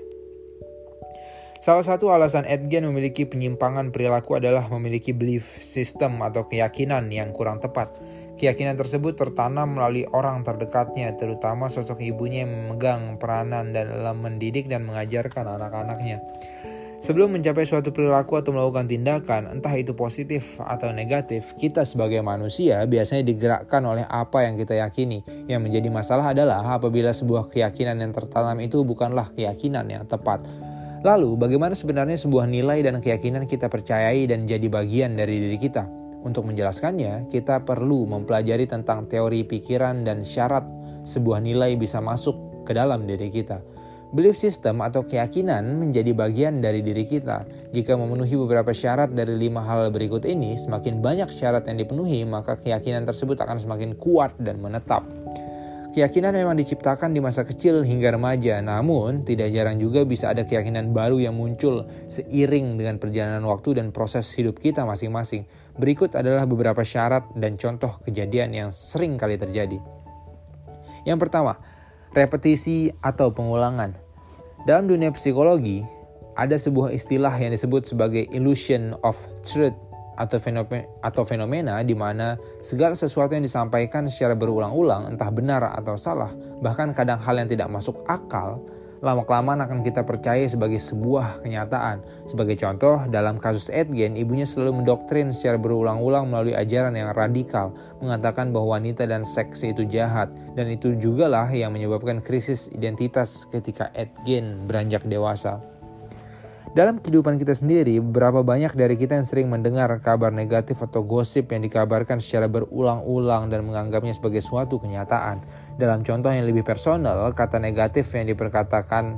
Salah satu alasan Ed Gein memiliki penyimpangan perilaku adalah memiliki belief system atau keyakinan yang kurang tepat. Keyakinan tersebut tertanam melalui orang terdekatnya, terutama sosok ibunya yang memegang peranan dalam mendidik dan mengajarkan anak-anaknya. Sebelum mencapai suatu perilaku atau melakukan tindakan, entah itu positif atau negatif, kita sebagai manusia biasanya digerakkan oleh apa yang kita yakini. Yang menjadi masalah adalah apabila sebuah keyakinan yang tertanam itu bukanlah keyakinan yang tepat. Lalu, bagaimana sebenarnya sebuah nilai dan keyakinan kita percayai dan jadi bagian dari diri kita? Untuk menjelaskannya, kita perlu mempelajari tentang teori pikiran dan syarat sebuah nilai bisa masuk ke dalam diri kita. Belief system atau keyakinan menjadi bagian dari diri kita. Jika memenuhi beberapa syarat dari lima hal berikut ini, semakin banyak syarat yang dipenuhi, maka keyakinan tersebut akan semakin kuat dan menetap. Keyakinan memang diciptakan di masa kecil hingga remaja, namun tidak jarang juga bisa ada keyakinan baru yang muncul seiring dengan perjalanan waktu dan proses hidup kita masing-masing. Berikut adalah beberapa syarat dan contoh kejadian yang sering kali terjadi. Yang pertama, repetisi atau pengulangan. Dalam dunia psikologi, ada sebuah istilah yang disebut sebagai illusion of truth atau fenomena, atau fenomena di mana segala sesuatu yang disampaikan secara berulang-ulang, entah benar atau salah, bahkan kadang hal yang tidak masuk akal, lama-kelamaan akan kita percaya sebagai sebuah kenyataan. Sebagai contoh, dalam kasus Ed Gein, ibunya selalu mendoktrin secara berulang-ulang melalui ajaran yang radikal, mengatakan bahwa wanita dan seks itu jahat, dan itu jugalah yang menyebabkan krisis identitas ketika Ed Gein beranjak dewasa. Dalam kehidupan kita sendiri, berapa banyak dari kita yang sering mendengar kabar negatif atau gosip yang dikabarkan secara berulang-ulang dan menganggapnya sebagai suatu kenyataan. Dalam contoh yang lebih personal, kata negatif yang diperkatakan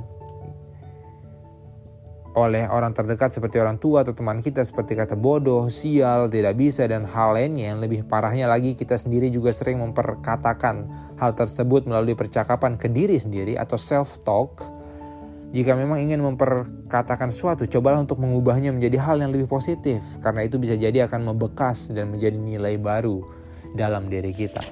oleh orang terdekat seperti orang tua atau teman kita seperti kata bodoh, sial, tidak bisa, dan hal lainnya yang lebih parahnya lagi, kita sendiri juga sering memperkatakan hal tersebut melalui percakapan ke diri sendiri atau self-talk. Jika memang ingin memperkatakan sesuatu, cobalah untuk mengubahnya menjadi hal yang lebih positif, karena itu bisa jadi akan membekas dan menjadi nilai baru dalam diri kita.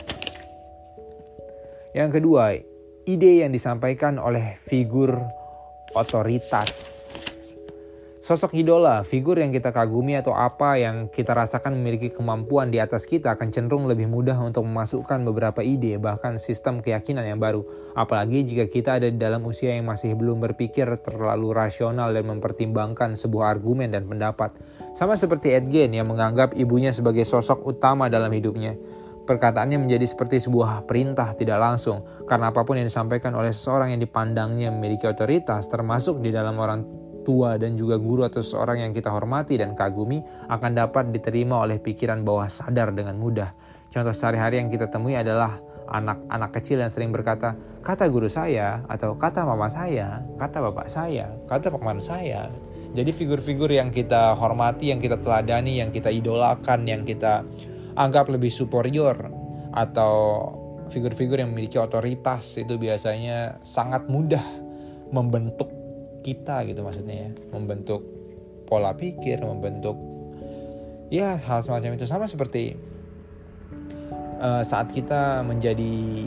Yang kedua, ide yang disampaikan oleh figur otoritas. Sosok idola, figur yang kita kagumi atau apa yang kita rasakan memiliki kemampuan di atas kita akan cenderung lebih mudah untuk memasukkan beberapa ide, bahkan sistem keyakinan yang baru. Apalagi jika kita ada di dalam usia yang masih belum berpikir terlalu rasional dan mempertimbangkan sebuah argumen dan pendapat. Sama seperti Ed Gein yang menganggap ibunya sebagai sosok utama dalam hidupnya. Perkataannya menjadi seperti sebuah perintah tidak langsung, karena apapun yang disampaikan oleh seseorang yang dipandangnya memiliki otoritas, termasuk di dalam orang tua dan juga guru atau seseorang yang kita hormati dan kagumi, akan dapat diterima oleh pikiran bawah sadar dengan mudah. Contoh sehari-hari yang kita temui adalah anak-anak kecil yang sering berkata, kata guru saya, atau kata mama saya, kata bapak saya, kata paman saya. Jadi figur-figur yang kita hormati, yang kita teladani, yang kita idolakan, yang kita anggap lebih superior, atau figur-figur yang memiliki otoritas, itu biasanya sangat mudah membentuk kita gitu, maksudnya ya, membentuk pola pikir, membentuk ya hal semacam itu. Sama seperti uh, saat kita menjadi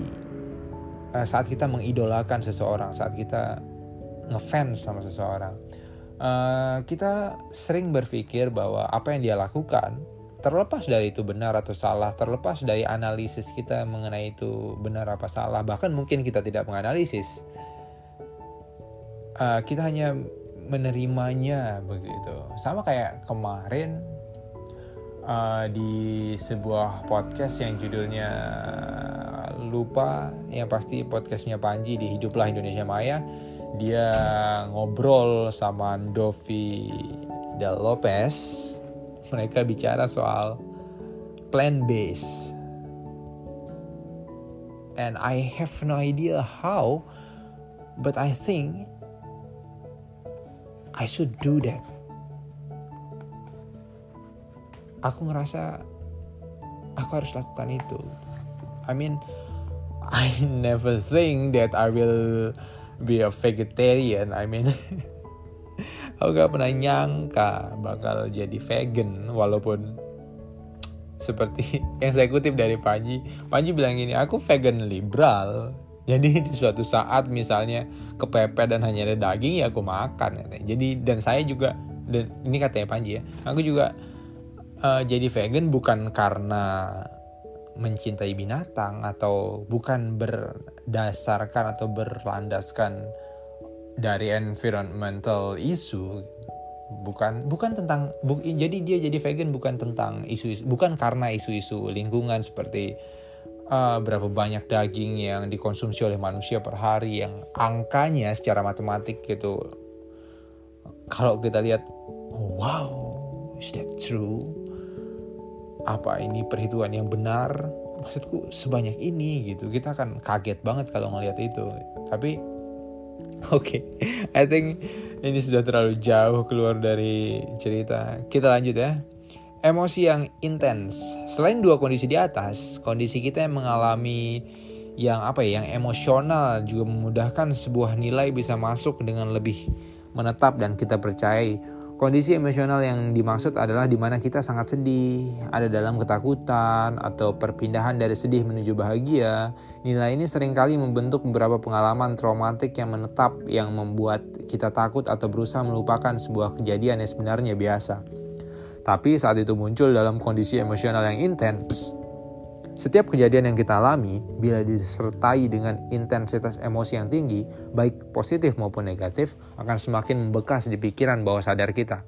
uh, saat kita mengidolakan seseorang, saat kita ngefans sama seseorang, uh, kita sering berpikir bahwa apa yang dia lakukan, terlepas dari itu benar atau salah, terlepas dari analisis kita mengenai itu benar apa salah, bahkan mungkin kita tidak menganalisis, uh, kita hanya menerimanya begitu. Sama kayak kemarin uh, di sebuah podcast yang judulnya lupa, yang pasti podcastnya Panji di Hiduplah Indonesia Maya. Dia ngobrol sama Dovi Del Lopez. Mereka bicara soal plant based, and I have no idea how, but I think I should do that. Aku ngerasa aku harus lakukan itu. I mean, I never think that I will be a vegetarian. I mean, aku gak pernah nyangka bakal jadi vegan, walaupun seperti yang saya kutip dari Panji. Panji bilang gini, aku vegan liberal. Jadi di suatu saat misalnya kepepet dan hanya ada daging, ya aku makan. Jadi dan saya juga, dan ini katanya Panji ya, aku juga uh, jadi vegan bukan karena mencintai binatang atau bukan berdasarkan atau berlandaskan dari environmental issue. Bukan bukan tentang bu, jadi dia jadi vegan bukan tentang isu-isu, bukan karena isu-isu lingkungan seperti Uh, berapa banyak daging yang dikonsumsi oleh manusia per hari, yang angkanya secara matematik gitu, kalau kita lihat, oh, wow, is that true? Apa ini perhitungan yang benar? Maksudku sebanyak ini gitu, kita akan kaget banget kalau ngelihat itu. Tapi oke, okay, I think ini sudah terlalu jauh keluar dari cerita. Kita lanjut ya. Emosi yang intens. Selain dua kondisi di atas, kondisi kita yang mengalami yang apa ya, yang emosional juga memudahkan sebuah nilai bisa masuk dengan lebih menetap dan kita percayai. Kondisi emosional yang dimaksud adalah di mana kita sangat sedih, ada dalam ketakutan atau perpindahan dari sedih menuju bahagia. Nilai ini seringkali membentuk beberapa pengalaman traumatik yang menetap, yang membuat kita takut atau berusaha melupakan sebuah kejadian yang sebenarnya biasa. Tapi saat itu muncul dalam kondisi emosional yang intens, setiap kejadian yang kita alami, bila disertai dengan intensitas emosi yang tinggi, baik positif maupun negatif, akan semakin membekas di pikiran bawah sadar kita.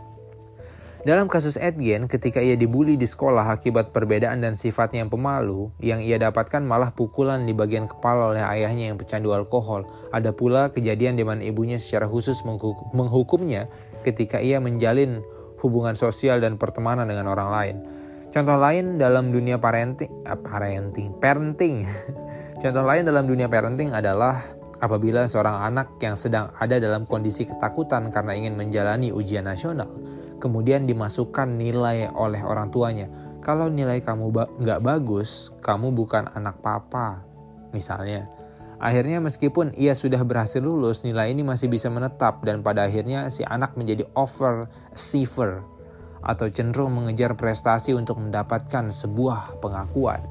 Dalam kasus Edgen, ketika ia dibully di sekolah akibat perbedaan dan sifatnya yang pemalu, yang ia dapatkan malah pukulan di bagian kepala oleh ayahnya yang pecandu alkohol. Ada pula kejadian di mana ibunya secara khusus menghukumnya ketika ia menjalin hubungan sosial dan pertemanan dengan orang lain. Contoh lain dalam dunia parenting, parenting, parenting. Contoh lain dalam dunia parenting adalah apabila seorang anak yang sedang ada dalam kondisi ketakutan karena ingin menjalani ujian nasional, kemudian dimasukkan nilai oleh orang tuanya. Kalau nilai kamu ba- nggak bagus, kamu bukan anak papa, misalnya. Akhirnya meskipun ia sudah berhasil lulus, nilai ini masih bisa menetap dan pada akhirnya si anak menjadi overachiever atau cenderung mengejar prestasi untuk mendapatkan sebuah pengakuan.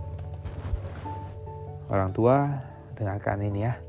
Orang tua, dengarkan ini ya.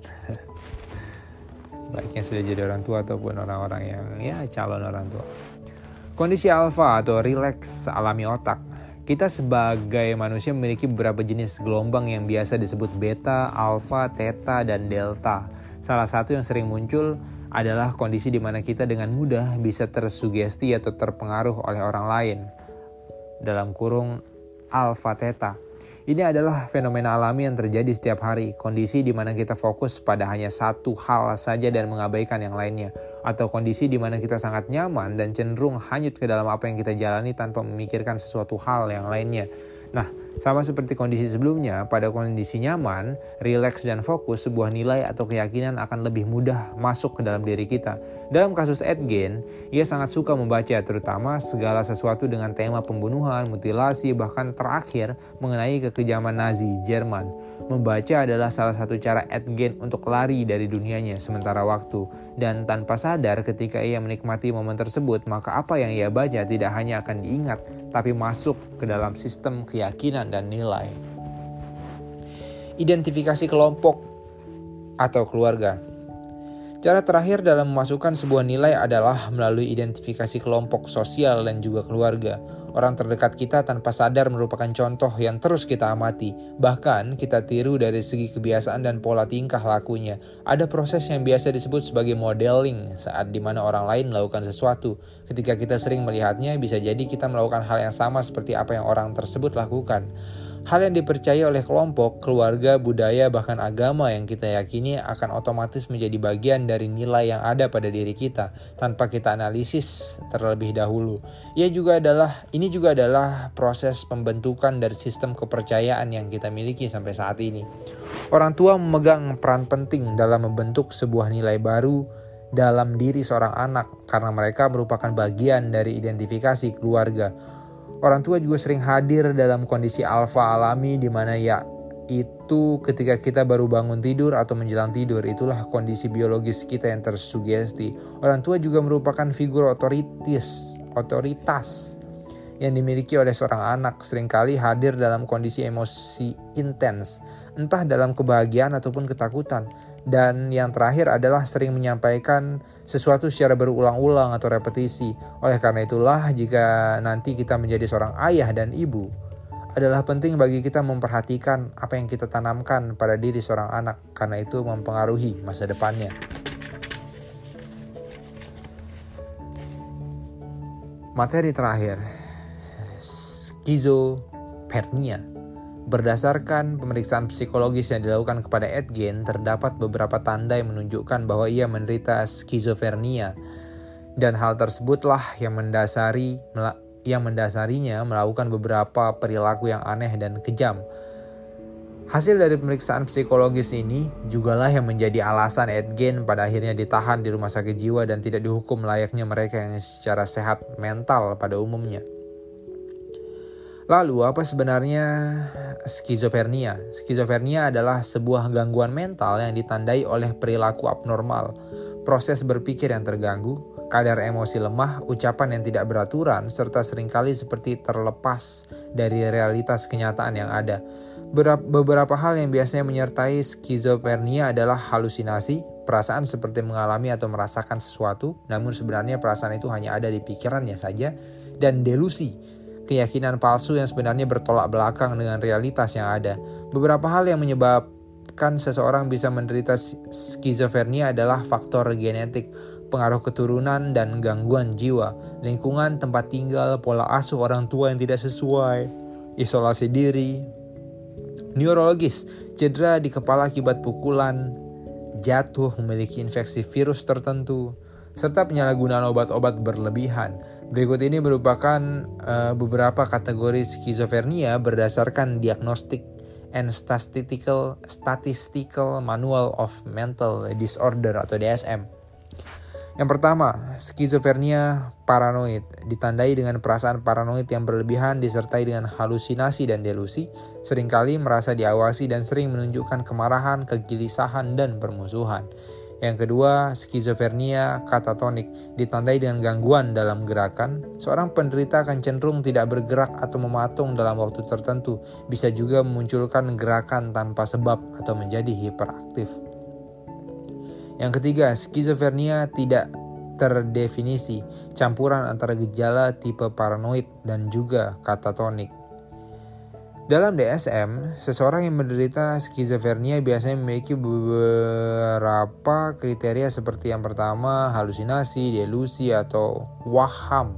Baiknya sudah jadi orang tua ataupun orang-orang yang ya calon orang tua. Kondisi alfa atau rileks alami otak. Kita sebagai manusia memiliki beberapa jenis gelombang yang biasa disebut beta, alfa, theta, dan delta. Salah satu yang sering muncul adalah kondisi di mana kita dengan mudah bisa tersugesti atau terpengaruh oleh orang lain. Dalam kurung alfa theta. Ini adalah fenomena alami yang terjadi setiap hari, kondisi di mana kita fokus pada hanya satu hal saja dan mengabaikan yang lainnya, atau kondisi di mana kita sangat nyaman dan cenderung hanyut ke dalam apa yang kita jalani tanpa memikirkan sesuatu hal yang lainnya. Nah, sama seperti kondisi sebelumnya, pada kondisi nyaman, rileks dan fokus, sebuah nilai atau keyakinan akan lebih mudah masuk ke dalam diri kita. Dalam kasus Edgen, ia sangat suka membaca, terutama segala sesuatu dengan tema pembunuhan, mutilasi, bahkan terakhir mengenai kekejaman Nazi Jerman. Membaca adalah salah satu cara Edgen untuk lari dari dunianya sementara waktu. Dan tanpa sadar ketika ia menikmati momen tersebut, maka apa yang ia baca tidak hanya akan diingat, tapi masuk ke dalam sistem keyakinan dan nilai. Identifikasi kelompok atau keluarga. Cara terakhir dalam memasukkan sebuah nilai adalah melalui identifikasi kelompok sosial dan juga keluarga. Orang terdekat kita tanpa sadar merupakan contoh yang terus kita amati. Bahkan kita tiru dari segi kebiasaan dan pola tingkah lakunya. Ada proses yang biasa disebut sebagai modeling saat dimana orang lain melakukan sesuatu. Ketika kita sering melihatnya, bisa jadi kita melakukan hal yang sama seperti apa yang orang tersebut lakukan. Hal yang dipercaya oleh kelompok, keluarga, budaya, bahkan agama yang kita yakini akan otomatis menjadi bagian dari nilai yang ada pada diri kita tanpa kita analisis terlebih dahulu. Ia juga adalah, ini juga adalah proses pembentukan dari sistem kepercayaan yang kita miliki sampai saat ini. Orang tua memegang peran penting dalam membentuk sebuah nilai baru dalam diri seorang anak karena mereka merupakan bagian dari identifikasi keluarga. Orang tua juga sering hadir dalam kondisi alfa alami di mana ya itu ketika kita baru bangun tidur atau menjelang tidur, itulah kondisi biologis kita yang tersugesti. Orang tua juga merupakan figur otoritas, otoritas yang dimiliki oleh seorang anak, seringkali hadir dalam kondisi emosi intens, entah dalam kebahagiaan ataupun ketakutan. Dan yang terakhir adalah sering menyampaikan sesuatu secara berulang-ulang atau repetisi. Oleh karena itulah jika nanti kita menjadi seorang ayah dan ibu, adalah penting bagi kita memperhatikan apa yang kita tanamkan pada diri seorang anak, karena itu mempengaruhi masa depannya. Materi terakhir, skizofrenia. Berdasarkan pemeriksaan psikologis yang dilakukan kepada Aetgen, terdapat beberapa tanda yang menunjukkan bahwa ia menderita skizofrenia. Dan hal tersebutlah yang mendasari yang mendasarinya melakukan beberapa perilaku yang aneh dan kejam. Hasil dari pemeriksaan psikologis ini jugalah yang menjadi alasan Aetgen pada akhirnya ditahan di rumah sakit jiwa dan tidak dihukum layaknya mereka yang secara sehat mental pada umumnya. Lalu apa sebenarnya skizofrenia? Skizofrenia adalah sebuah gangguan mental yang ditandai oleh perilaku abnormal, proses berpikir yang terganggu, kadar emosi lemah, ucapan yang tidak beraturan, serta seringkali seperti terlepas dari realitas kenyataan yang ada. Beberapa hal yang biasanya menyertai skizofrenia adalah halusinasi, perasaan seperti mengalami atau merasakan sesuatu, namun sebenarnya perasaan itu hanya ada di pikirannya saja, dan delusi, keyakinan palsu yang sebenarnya bertolak belakang dengan realitas yang ada. Beberapa hal yang menyebabkan seseorang bisa menderita skizofrenia adalah faktor genetik, pengaruh keturunan dan gangguan jiwa, lingkungan tempat tinggal, pola asuh orang tua yang tidak sesuai, isolasi diri, neurologis, cedera di kepala akibat pukulan, jatuh, memiliki infeksi virus tertentu, serta penyalahgunaan obat-obat berlebihan. Berikut ini merupakan uh, beberapa kategori skizofrenia berdasarkan Diagnostic and Statistical, Statistical Manual of Mental Disorder atau D S M. Yang pertama, skizofrenia paranoid, ditandai dengan perasaan paranoid yang berlebihan disertai dengan halusinasi dan delusi, seringkali merasa diawasi dan sering menunjukkan kemarahan, kegelisahan, dan permusuhan. Yang kedua, skizofrenia katatonik, ditandai dengan gangguan dalam gerakan. Seorang penderita akan cenderung tidak bergerak atau mematung dalam waktu tertentu, bisa juga memunculkan gerakan tanpa sebab atau menjadi hiperaktif. Yang ketiga, skizofrenia tidak terdefinisi, campuran antara gejala tipe paranoid dan juga katatonik. Dalam D S M, seseorang yang menderita skizofrenia biasanya memiliki beberapa kriteria seperti yang pertama, halusinasi, delusi, atau waham.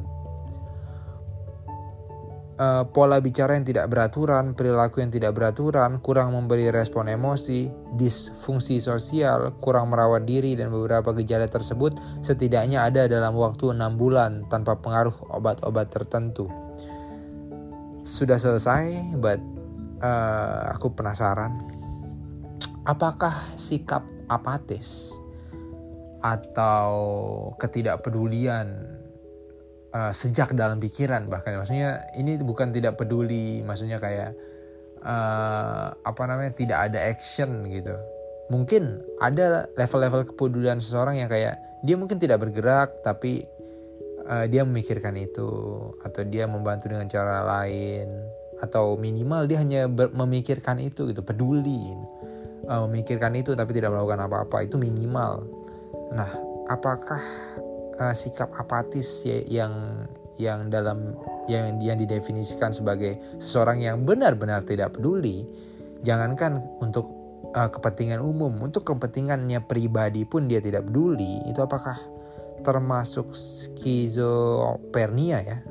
Uh, pola bicara yang tidak beraturan, perilaku yang tidak beraturan, kurang memberi respon emosi, disfungsi sosial, kurang merawat diri, dan beberapa gejala tersebut setidaknya ada dalam waktu enam bulan tanpa pengaruh obat-obat tertentu. Sudah selesai, but uh, aku penasaran, apakah sikap apatis atau ketidakpedulian uh, sejak dalam pikiran, bahkan maksudnya ini bukan tidak peduli, maksudnya kayak uh, apa namanya tidak ada action gitu. Mungkin ada level-level kepedulian seseorang yang kayak dia mungkin tidak bergerak tapi Uh, dia memikirkan itu, atau dia membantu dengan cara lain, atau minimal dia hanya ber- memikirkan itu gitu, peduli, uh, memikirkan itu tapi tidak melakukan apa-apa, itu minimal. Nah, apakah uh, sikap apatis ya, yang yang dalam yang yang didefinisikan sebagai seseorang yang benar-benar tidak peduli, jangankan untuk uh, kepentingan umum, untuk kepentingannya pribadi pun dia tidak peduli, itu apakah termasuk skizofrenia ya?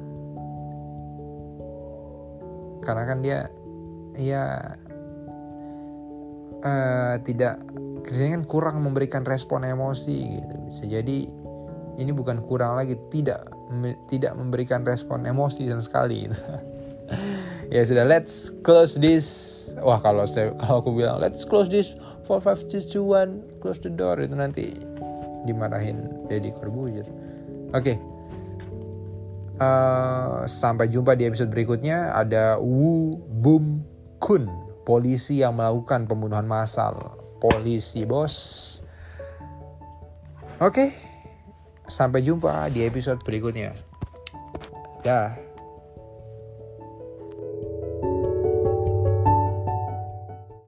Karena kan dia ya uh, tidak, kerjanya kan kurang memberikan respon emosi gitu. Bisa jadi ini bukan kurang lagi, tidak me, tidak memberikan respon emosi sama sekali gitu. Ya sudah, let's close this. Wah, kalau saya kalau aku bilang let's close this four five three two one, close the door, itu nanti dimarahin Deddy Corbuzier. Oke. Okay. Uh, sampai jumpa di episode berikutnya. Ada Woo Bum Kun, polisi yang melakukan pembunuhan massal. Polisi, bos. Oke. Okay. Sampai jumpa di episode berikutnya. Dah.